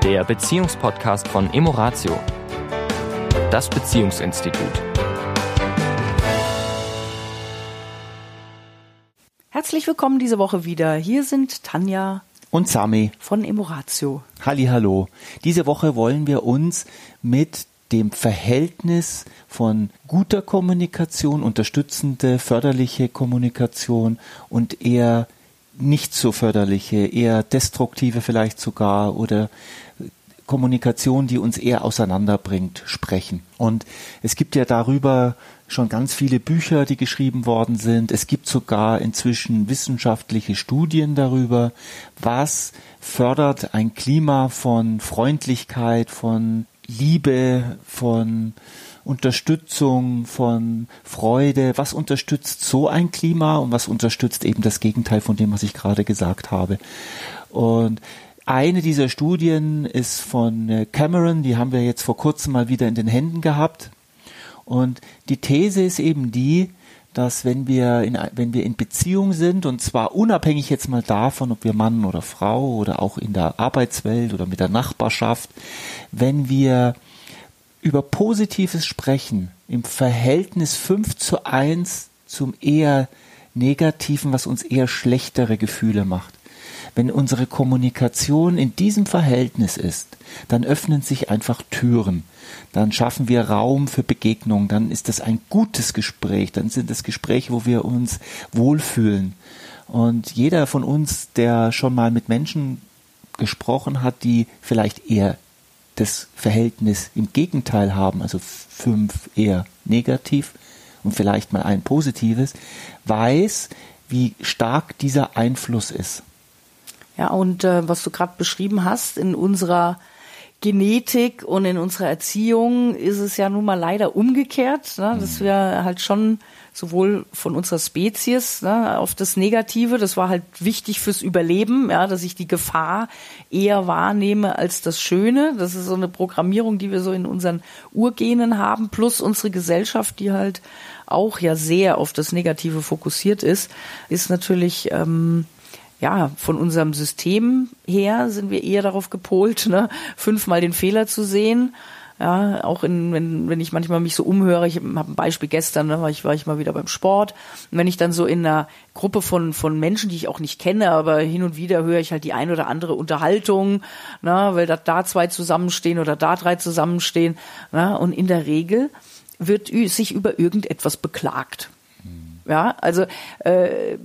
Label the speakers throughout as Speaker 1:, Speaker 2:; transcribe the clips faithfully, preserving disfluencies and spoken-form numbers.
Speaker 1: der Beziehungspodcast von Emoratio, das Beziehungsinstitut.
Speaker 2: Herzlich willkommen diese Woche wieder. Hier sind Tanja
Speaker 3: und Sami
Speaker 2: von Emoratio.
Speaker 3: Hallihallo. Diese Woche wollen wir uns mit dem Verhältnis von guter Kommunikation, unterstützende, förderliche Kommunikation und eher nicht so förderliche, eher destruktive vielleicht sogar oder Kommunikation, die uns eher auseinanderbringt, sprechen. Und es gibt ja darüber schon ganz viele Bücher, die geschrieben worden sind. Es gibt sogar inzwischen wissenschaftliche Studien darüber, was fördert ein Klima von Freundlichkeit, von Liebe, von Unterstützung, von Freude. Was unterstützt so ein Klima und was unterstützt eben das Gegenteil von dem, was ich gerade gesagt habe? Und eine dieser Studien ist von Cameron, die haben wir jetzt vor kurzem mal wieder in den Händen gehabt. Und die These ist eben die, dass wenn wir in, wenn wir in Beziehung sind, und zwar unabhängig jetzt mal davon, ob wir Mann oder Frau oder auch in der Arbeitswelt oder mit der Nachbarschaft, wenn wir über Positives sprechen, im Verhältnis fünf zu eins zum eher Negativen, was uns eher schlechtere Gefühle macht. Wenn unsere Kommunikation in diesem Verhältnis ist, dann öffnen sich einfach Türen. Dann schaffen wir Raum für Begegnungen. Dann ist das ein gutes Gespräch. Dann sind das Gespräche, wo wir uns wohlfühlen. Und jeder von uns, der schon mal mit Menschen gesprochen hat, die vielleicht eher das Verhältnis im Gegenteil haben, also fünf eher negativ und vielleicht mal ein positives, weiß, wie stark dieser Einfluss ist.
Speaker 2: Ja, und äh, was du gerade beschrieben hast, in unserer Genetik und in unserer Erziehung ist es ja nun mal leider umgekehrt, ne, dass wir halt schon sowohl von unserer Spezies, ne, auf das Negative, das war halt wichtig fürs Überleben, ja, dass ich die Gefahr eher wahrnehme als das Schöne. Das ist so eine Programmierung, die wir so in unseren Urgenen haben, plus unsere Gesellschaft, die halt auch ja sehr auf das Negative fokussiert ist, ist natürlich ähm, ja, von unserem System her sind wir eher darauf gepolt, ne, fünfmal den Fehler zu sehen. Ja, auch in, wenn, wenn ich manchmal mich so umhöre, ich habe ein Beispiel gestern, ne, war ich, war ich mal wieder beim Sport. Und wenn ich dann so in einer Gruppe von, von Menschen, die ich auch nicht kenne, aber hin und wieder höre ich halt die ein oder andere Unterhaltung, ne, weil da, da zwei zusammenstehen oder da drei zusammenstehen, ne, und in der Regel wird sich über irgendetwas beklagt. Ja, also, äh,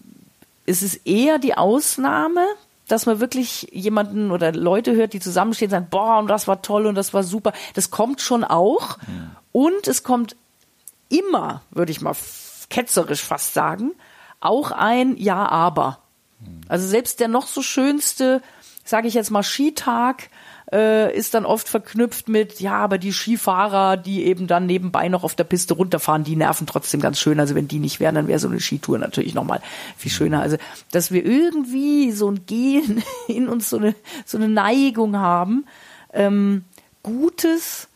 Speaker 2: es ist eher die Ausnahme, dass man wirklich jemanden oder Leute hört, die zusammenstehen und sagen, boah, und das war toll und das war super. Das kommt schon auch. Ja. Und es kommt immer, würde ich mal ketzerisch fast sagen, auch ein Ja, aber. Also selbst der noch so schönste, sage ich jetzt mal, Skitag, äh, ist dann oft verknüpft mit, ja, aber die Skifahrer, die eben dann nebenbei noch auf der Piste runterfahren, die nerven trotzdem ganz schön. Also wenn die nicht wären, dann wäre so eine Skitour natürlich nochmal viel schöner. Also, dass wir irgendwie so ein Gen in uns, so eine, so eine Neigung haben, ähm, Gutes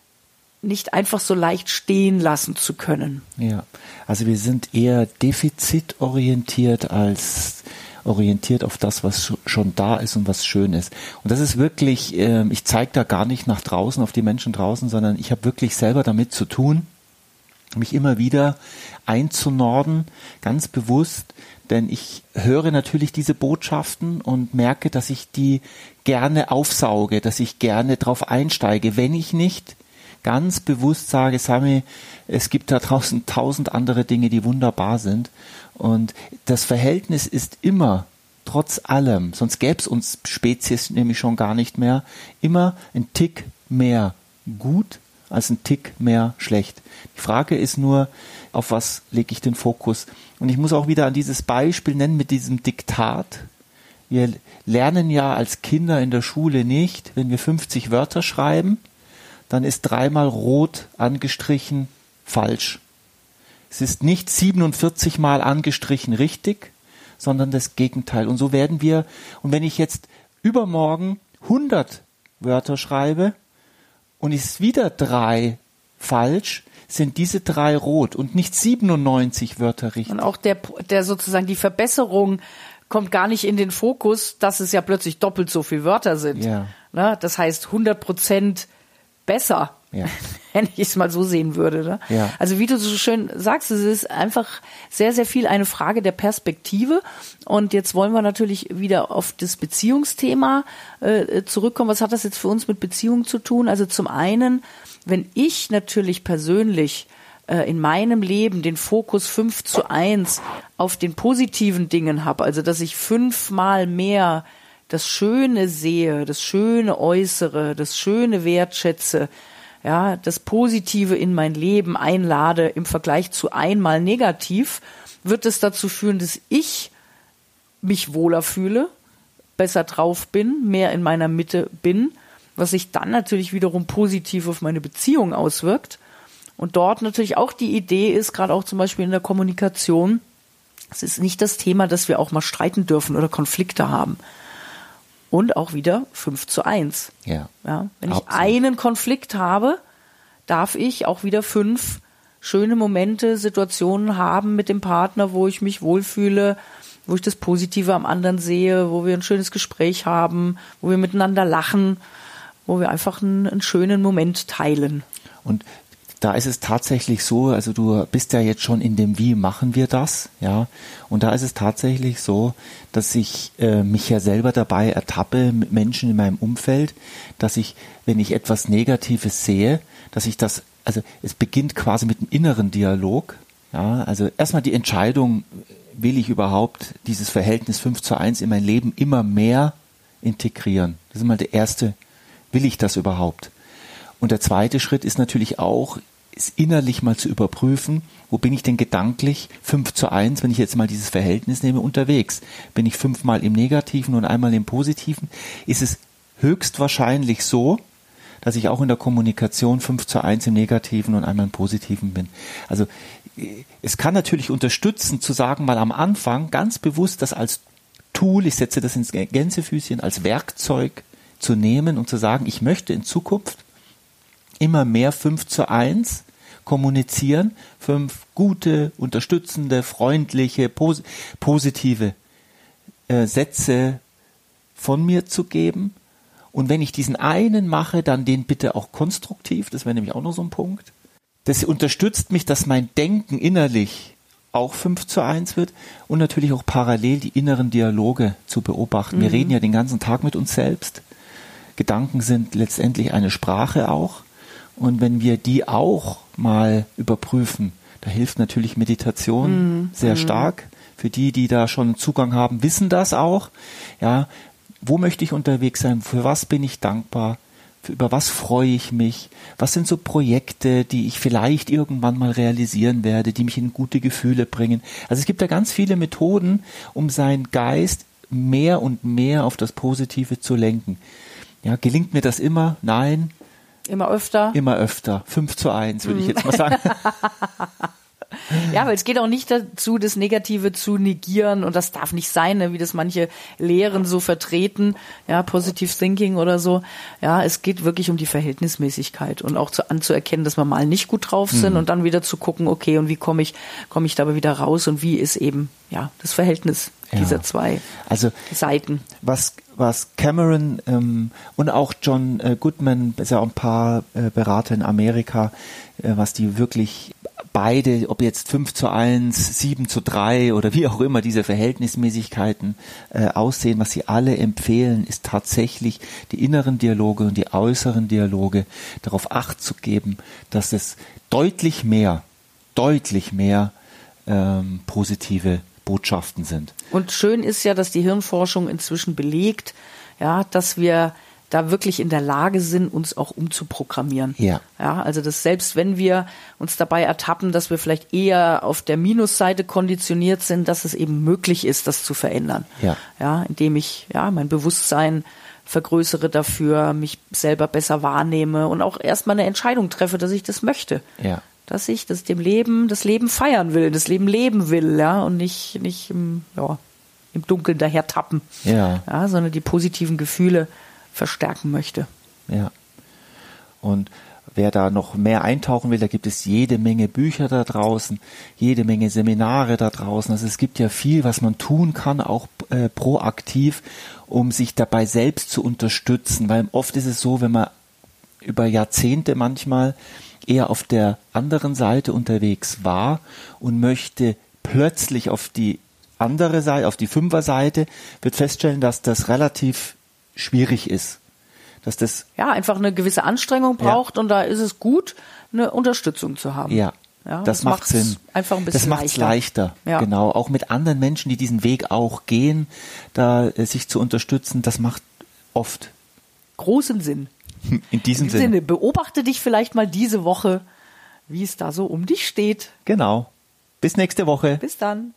Speaker 2: nicht einfach so leicht stehen lassen zu können.
Speaker 3: Ja, also wir sind eher defizitorientiert als orientiert auf das, was schon da ist und was schön ist. Und das ist wirklich, äh, ich zeige da gar nicht nach draußen, auf die Menschen draußen, sondern ich habe wirklich selber damit zu tun, mich immer wieder einzunorden, ganz bewusst, denn ich höre natürlich diese Botschaften und merke, dass ich die gerne aufsauge, dass ich gerne drauf einsteige, wenn ich nicht ganz bewusst sage, Sami, es gibt da draußen tausend andere Dinge, die wunderbar sind. Und das Verhältnis ist immer, trotz allem, sonst gäbe es uns Spezies nämlich schon gar nicht mehr, immer ein Tick mehr gut als ein Tick mehr schlecht. Die Frage ist nur, auf was lege ich den Fokus? Und ich muss auch wieder an dieses Beispiel nennen mit diesem Diktat. Wir lernen ja als Kinder in der Schule nicht, wenn wir fünfzig Wörter schreiben, dann ist dreimal rot angestrichen falsch. Es ist nicht siebenundvierzig Mal angestrichen richtig, sondern das Gegenteil. Und so werden wir, und wenn ich jetzt übermorgen hundert Wörter schreibe und ist wieder drei falsch, sind diese drei rot und nicht siebenundneunzig Wörter richtig.
Speaker 2: Und auch der, der sozusagen die Verbesserung kommt gar nicht in den Fokus, dass es ja plötzlich doppelt so viele Wörter sind.
Speaker 3: Ja.
Speaker 2: Ne? Das heißt hundert Prozent besser, ja. wenn ich es mal so sehen würde. Ne?
Speaker 3: Ja.
Speaker 2: Also wie du so schön sagst, es ist einfach sehr, sehr viel eine Frage der Perspektive. Und jetzt wollen wir natürlich wieder auf das Beziehungsthema äh, zurückkommen. Was hat das jetzt für uns mit Beziehungen zu tun? Also zum einen, wenn ich natürlich persönlich äh, in meinem Leben den Fokus fünf zu eins auf den positiven Dingen habe, also dass ich fünfmal mehr das Schöne sehe, das Schöne äußere, das Schöne wertschätze, ja, das Positive in mein Leben einlade im Vergleich zu einmal negativ, wird es dazu führen, dass ich mich wohler fühle, besser drauf bin, mehr in meiner Mitte bin, was sich dann natürlich wiederum positiv auf meine Beziehung auswirkt. Und dort natürlich auch die Idee ist, gerade auch zum Beispiel in der Kommunikation, es ist nicht das Thema, dass wir auch mal streiten dürfen oder Konflikte haben. Und auch wieder fünf zu eins.
Speaker 3: Ja.
Speaker 2: Ja, wenn
Speaker 3: Absolut.
Speaker 2: ich einen Konflikt habe, darf ich auch wieder fünf schöne Momente, Situationen haben mit dem Partner, wo ich mich wohlfühle, wo ich das Positive am anderen sehe, wo wir ein schönes Gespräch haben, wo wir miteinander lachen, wo wir einfach einen, einen schönen Moment teilen.
Speaker 3: Und da ist es tatsächlich so, also du bist ja jetzt schon in dem Wie machen wir das, ja, und da ist es tatsächlich so, dass ich äh, mich ja selber dabei ertappe mit Menschen in meinem Umfeld, dass ich, wenn ich etwas Negatives sehe, dass ich das, also es beginnt quasi mit einem inneren Dialog, ja, also erstmal die Entscheidung, will ich überhaupt dieses Verhältnis fünf zu eins in mein Leben immer mehr integrieren? Das ist mal der erste, will ich das überhaupt? Und der zweite Schritt ist natürlich auch, es innerlich mal zu überprüfen, wo bin ich denn gedanklich fünf zu eins, wenn ich jetzt mal dieses Verhältnis nehme, unterwegs. Bin ich fünfmal im Negativen und einmal im Positiven? Ist es höchstwahrscheinlich so, dass ich auch in der Kommunikation fünf zu eins im Negativen und einmal im Positiven bin. Also es kann natürlich unterstützen, zu sagen, mal am Anfang ganz bewusst das als Tool, ich setze das ins Gänsefüßchen, als Werkzeug zu nehmen und zu sagen, ich möchte in Zukunft immer mehr fünf zu eins kommunizieren, fünf gute, unterstützende, freundliche, pos- positive äh, Sätze von mir zu geben. Und wenn ich diesen einen mache, dann den bitte auch konstruktiv, das wäre nämlich auch noch so ein Punkt. Das unterstützt mich, dass mein Denken innerlich auch fünf zu eins wird und natürlich auch parallel die inneren Dialoge zu beobachten. Mhm. Wir reden ja den ganzen Tag mit uns selbst. Gedanken sind letztendlich eine Sprache auch. Und wenn wir die auch mal überprüfen, da hilft natürlich Meditation mm, sehr mm. stark. Für die, die da schon Zugang haben, wissen das auch. Ja, wo möchte ich unterwegs sein? Für was bin ich dankbar? Für, über was freue ich mich? Was sind so Projekte, die ich vielleicht irgendwann mal realisieren werde, die mich in gute Gefühle bringen? Also es gibt da ganz viele Methoden, um seinen Geist mehr und mehr auf das Positive zu lenken. Ja, gelingt mir das immer? Nein.
Speaker 2: Immer öfter?
Speaker 3: Immer öfter. fünf zu eins, würde ich jetzt mal sagen.
Speaker 2: Ja, weil es geht auch nicht dazu, das Negative zu negieren und das darf nicht sein, ne, wie das manche Lehren so vertreten, ja, Positive Thinking oder so. Ja, es geht wirklich um die Verhältnismäßigkeit und auch zu, anzuerkennen, dass wir mal nicht gut drauf sind mhm. und dann wieder zu gucken, okay, und wie komme ich, komme ich dabei wieder raus und wie ist eben, ja, das Verhältnis ja. dieser zwei
Speaker 3: also,
Speaker 2: Seiten.
Speaker 3: Was was Cameron ähm, und auch John äh, Goodman, ist ja auch ein paar äh, Berater in Amerika, äh, was die wirklich beide, ob jetzt fünf zu eins, sieben zu drei oder wie auch immer diese Verhältnismäßigkeiten äh, aussehen, was sie alle empfehlen, ist tatsächlich die inneren Dialoge und die äußeren Dialoge darauf Acht zu geben, dass es deutlich mehr, deutlich mehr ähm, positive Botschaften sind.
Speaker 2: Und schön ist ja, dass die Hirnforschung inzwischen belegt, ja, dass wir da wirklich in der Lage sind, uns auch umzuprogrammieren.
Speaker 3: Ja.
Speaker 2: Ja, also dass selbst wenn wir uns dabei ertappen, dass wir vielleicht eher auf der Minusseite konditioniert sind, dass es eben möglich ist, das zu verändern.
Speaker 3: Ja.
Speaker 2: Ja, indem ich ja mein Bewusstsein vergrößere dafür, mich selber besser wahrnehme und auch erstmal eine Entscheidung treffe, dass ich das möchte.
Speaker 3: Ja.
Speaker 2: Dass ich das dem Leben, das Leben feiern will, das Leben leben will, ja, und nicht, nicht im, ja, im Dunkeln daher tappen,
Speaker 3: ja.
Speaker 2: Ja, sondern die positiven Gefühle verstärken möchte.
Speaker 3: Ja. Und Wer da noch mehr eintauchen will, da gibt es jede Menge Bücher da draußen, jede Menge Seminare da draußen. Also es gibt ja viel, was man tun kann, auch äh, proaktiv, um sich dabei selbst zu unterstützen. Weil oft ist es so, wenn man über Jahrzehnte manchmal eher auf der anderen Seite unterwegs war und möchte plötzlich auf die andere Seite, auf die Fünferseite, wird feststellen, dass das relativ schwierig ist. Dass das
Speaker 2: ja einfach eine gewisse Anstrengung braucht, ja. Und da ist es gut, eine Unterstützung zu haben.
Speaker 3: Ja, ja das, das macht Sinn.
Speaker 2: Einfach ein bisschen
Speaker 3: das macht es leichter. leichter. Ja. Genau, auch mit anderen Menschen, die diesen Weg auch gehen, da äh, sich zu unterstützen, das macht oft
Speaker 2: großen Sinn.
Speaker 3: In diesem
Speaker 2: In
Speaker 3: Sinne.
Speaker 2: Sinne. Beobachte dich vielleicht mal diese Woche, wie es da so um dich steht.
Speaker 3: Genau. Bis nächste Woche.
Speaker 2: Bis dann.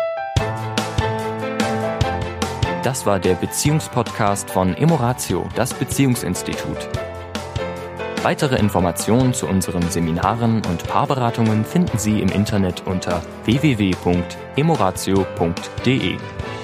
Speaker 1: Das war der Beziehungspodcast von Emoratio, das Beziehungsinstitut. Weitere Informationen zu unseren Seminaren und Paarberatungen finden Sie im Internet unter w w w punkt emoratio punkt d e.